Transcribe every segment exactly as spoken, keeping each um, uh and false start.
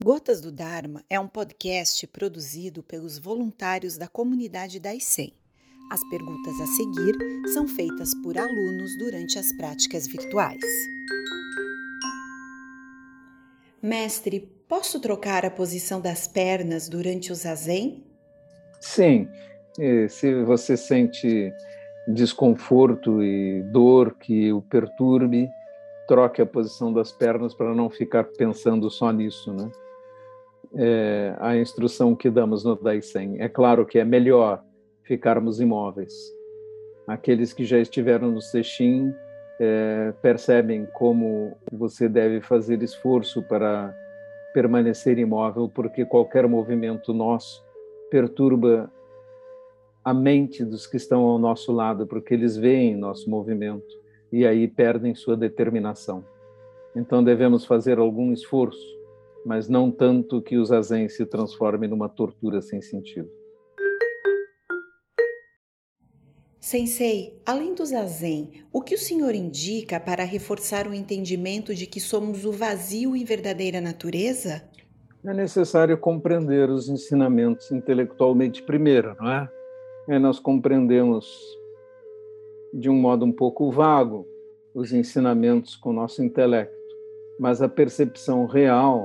Gotas do Dharma é um podcast produzido pelos voluntários da comunidade da I C E M. As perguntas a seguir são feitas por alunos durante as práticas virtuais. Mestre, posso trocar a posição das pernas durante o zazen? Sim, e se você sente desconforto e dor que o perturbe, troque a posição das pernas para não ficar pensando só nisso, né? É a instrução que damos no Daisen. É claro que é melhor ficarmos imóveis. Aqueles que já estiveram no Sesshin é, percebem como você deve fazer esforço para permanecer imóvel, porque qualquer movimento nosso perturba a mente dos que estão ao nosso lado, porque eles veem nosso movimento e aí perdem sua determinação. Então devemos fazer algum esforço, mas não tanto que o zazen se transforme numa tortura sem sentido. Sensei, além do zazen, o que o senhor indica para reforçar o entendimento de que somos o vazio em verdadeira natureza? É necessário compreender os ensinamentos intelectualmente primeiro, não é? É nós compreendemos de um modo um pouco vago os ensinamentos com o nosso intelecto, mas a percepção real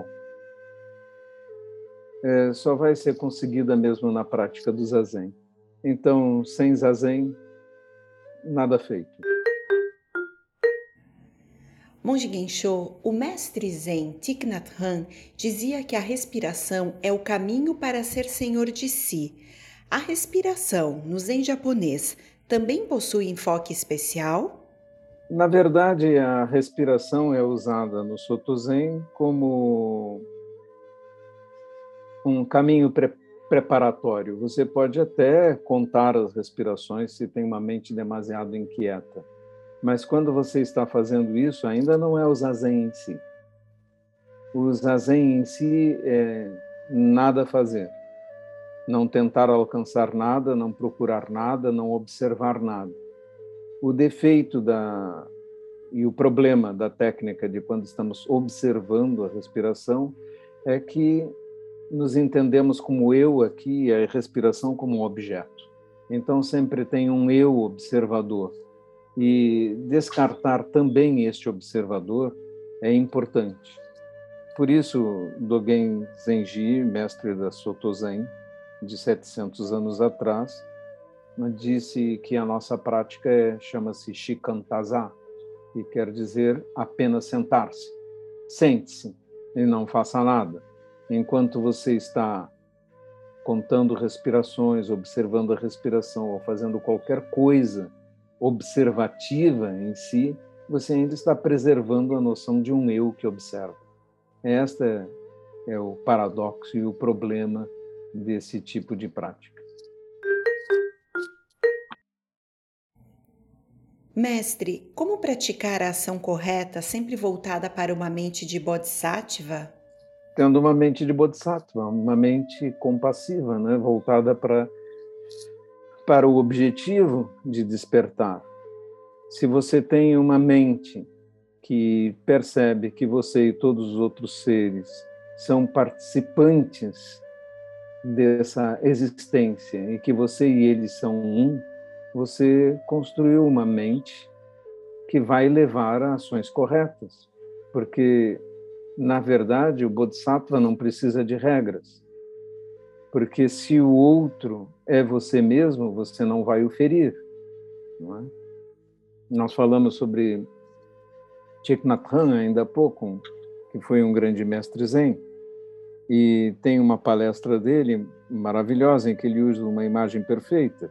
é, só vai ser conseguida mesmo na prática do zazen. Então, sem zazen, nada feito. Monge Gensho, o mestre Zen Thich Nhat Hanh dizia que a respiração é o caminho para ser senhor de si. A respiração, no Zen japonês, também possui enfoque especial? Na verdade, a respiração é usada no Soto Zen como um caminho pre- preparatório. Você pode até contar as respirações se tem uma mente demasiado inquieta. Mas quando você está fazendo isso, ainda não é o zazen em si. O zazen em si é nada fazer. Não tentar alcançar nada, não procurar nada, não observar nada. O defeito da, e o problema da técnica de quando estamos observando a respiração é que nos entendemos como eu aqui e a respiração como um objeto. Então sempre tem um eu observador. E descartar também este observador é importante. Por isso, Dogen Zenji, mestre da Soto Zen, de setecentos anos atrás, disse que a nossa prática é, chama-se Shikantaza, que quer dizer apenas sentar-se. Sente-se e não faça nada. Enquanto você está contando respirações, observando a respiração ou fazendo qualquer coisa observativa em si, você ainda está preservando a noção de um eu que observa. Esta é o paradoxo e o problema desse tipo de prática. Mestre, como praticar a ação correta sempre voltada para uma mente de Bodhisattva? Tendo uma mente de Bodhisattva, uma mente compassiva, né? Voltada para, para o objetivo de despertar. Se você tem uma mente que percebe que você e todos os outros seres são participantes dessa existência e que você e eles são um, você construiu uma mente que vai levar a ações corretas. Porque, na verdade, o Bodhisattva não precisa de regras. Porque se o outro é você mesmo, você não vai o ferir. Não é? Nós falamos sobre Thich Nhat Hanh ainda há pouco, que foi um grande mestre Zen, e tem uma palestra dele maravilhosa em que ele usa uma imagem perfeita.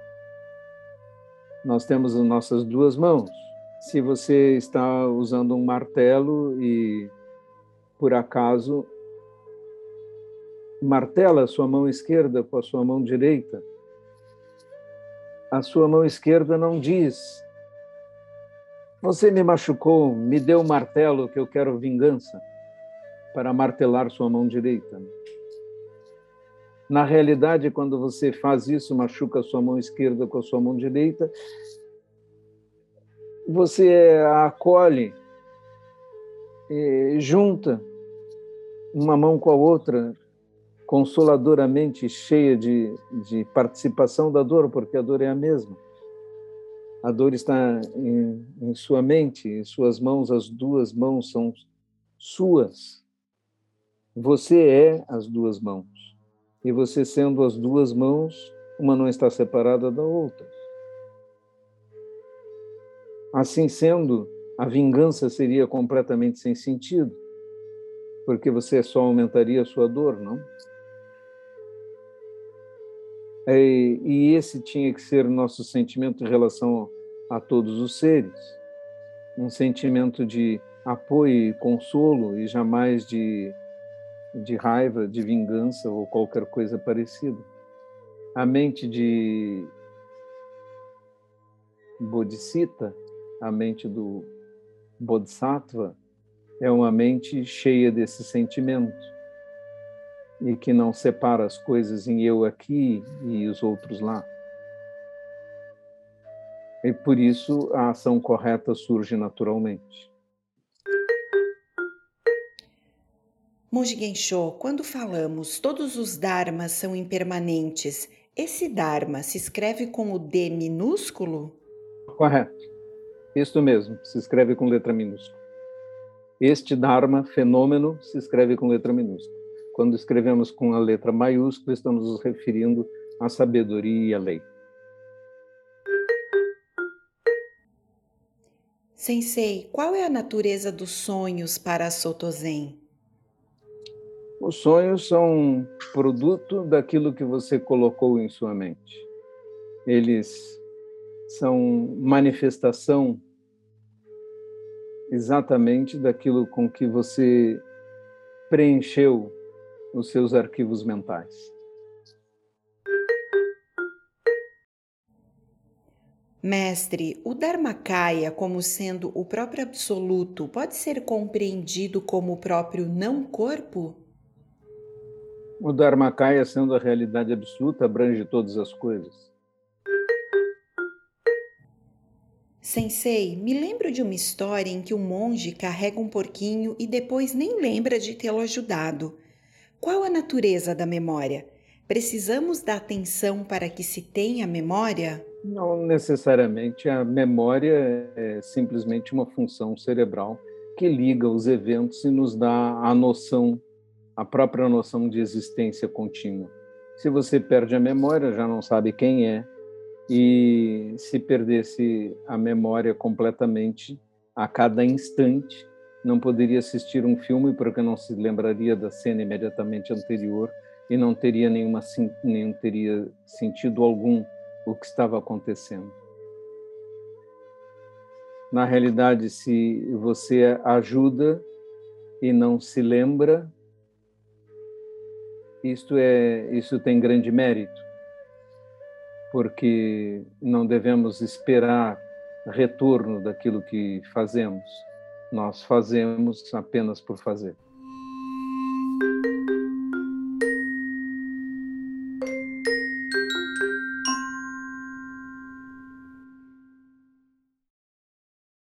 Nós temos as nossas duas mãos. Se você está usando um martelo e, por acaso, martela a sua mão esquerda com a sua mão direita, a sua mão esquerda não diz: você me machucou, me deu o martelo que eu quero vingança, para martelar sua mão direita. Na realidade, quando você faz isso, machuca a sua mão esquerda com a sua mão direita, você a acolhe, junta uma mão com a outra, consoladoramente cheia de, de participação da dor, porque a dor é a mesma. A dor está em, em sua mente, em suas mãos, as duas mãos são suas. Você é as duas mãos. E você sendo as duas mãos, uma não está separada da outra. Assim sendo, a vingança seria completamente sem sentido, porque você só aumentaria a sua dor, não? E, e esse tinha que ser o nosso sentimento em relação a todos os seres. Um sentimento de apoio e consolo, e jamais de, de raiva, de vingança ou qualquer coisa parecida. A mente de Bodhisattva, a mente do Bodhisattva, é uma mente cheia desse sentimento e que não separa as coisas em eu aqui e os outros lá. E por isso a ação correta surge naturalmente. Monge Gensho, quando falamos todos os dharmas são impermanentes, esse dharma se escreve com o D minúsculo? Correto. Isso mesmo, se escreve com letra minúscula. Este dharma, fenômeno, se escreve com letra minúscula. Quando escrevemos com a letra maiúscula, estamos nos referindo à sabedoria e à lei. Sensei, qual é a natureza dos sonhos para a Soto Zen? Os sonhos são produto daquilo que você colocou em sua mente. Eles são manifestação exatamente daquilo com que você preencheu os seus arquivos mentais. Mestre, o Dharmakaya, como sendo o próprio absoluto, pode ser compreendido como o próprio não-corpo? O Dharmakaya, sendo a realidade absoluta, abrange todas as coisas. Sensei, me lembro de uma história em que um monge carrega um porquinho e depois nem lembra de tê-lo ajudado. Qual a natureza da memória? Precisamos da atenção para que se tenha memória? Não necessariamente. A memória é simplesmente uma função cerebral que liga os eventos e nos dá a noção, a própria noção de existência contínua. Se você perde a memória, já não sabe quem é, e se perdesse a memória completamente a cada instante, não poderia assistir um filme porque não se lembraria da cena imediatamente anterior e não teria nenhuma, nem teria sentido algum o que estava acontecendo. Na realidade, se você ajuda e não se lembra, isto, é, isso tem grande mérito, porque não devemos esperar retorno daquilo que fazemos. Nós fazemos apenas por fazer.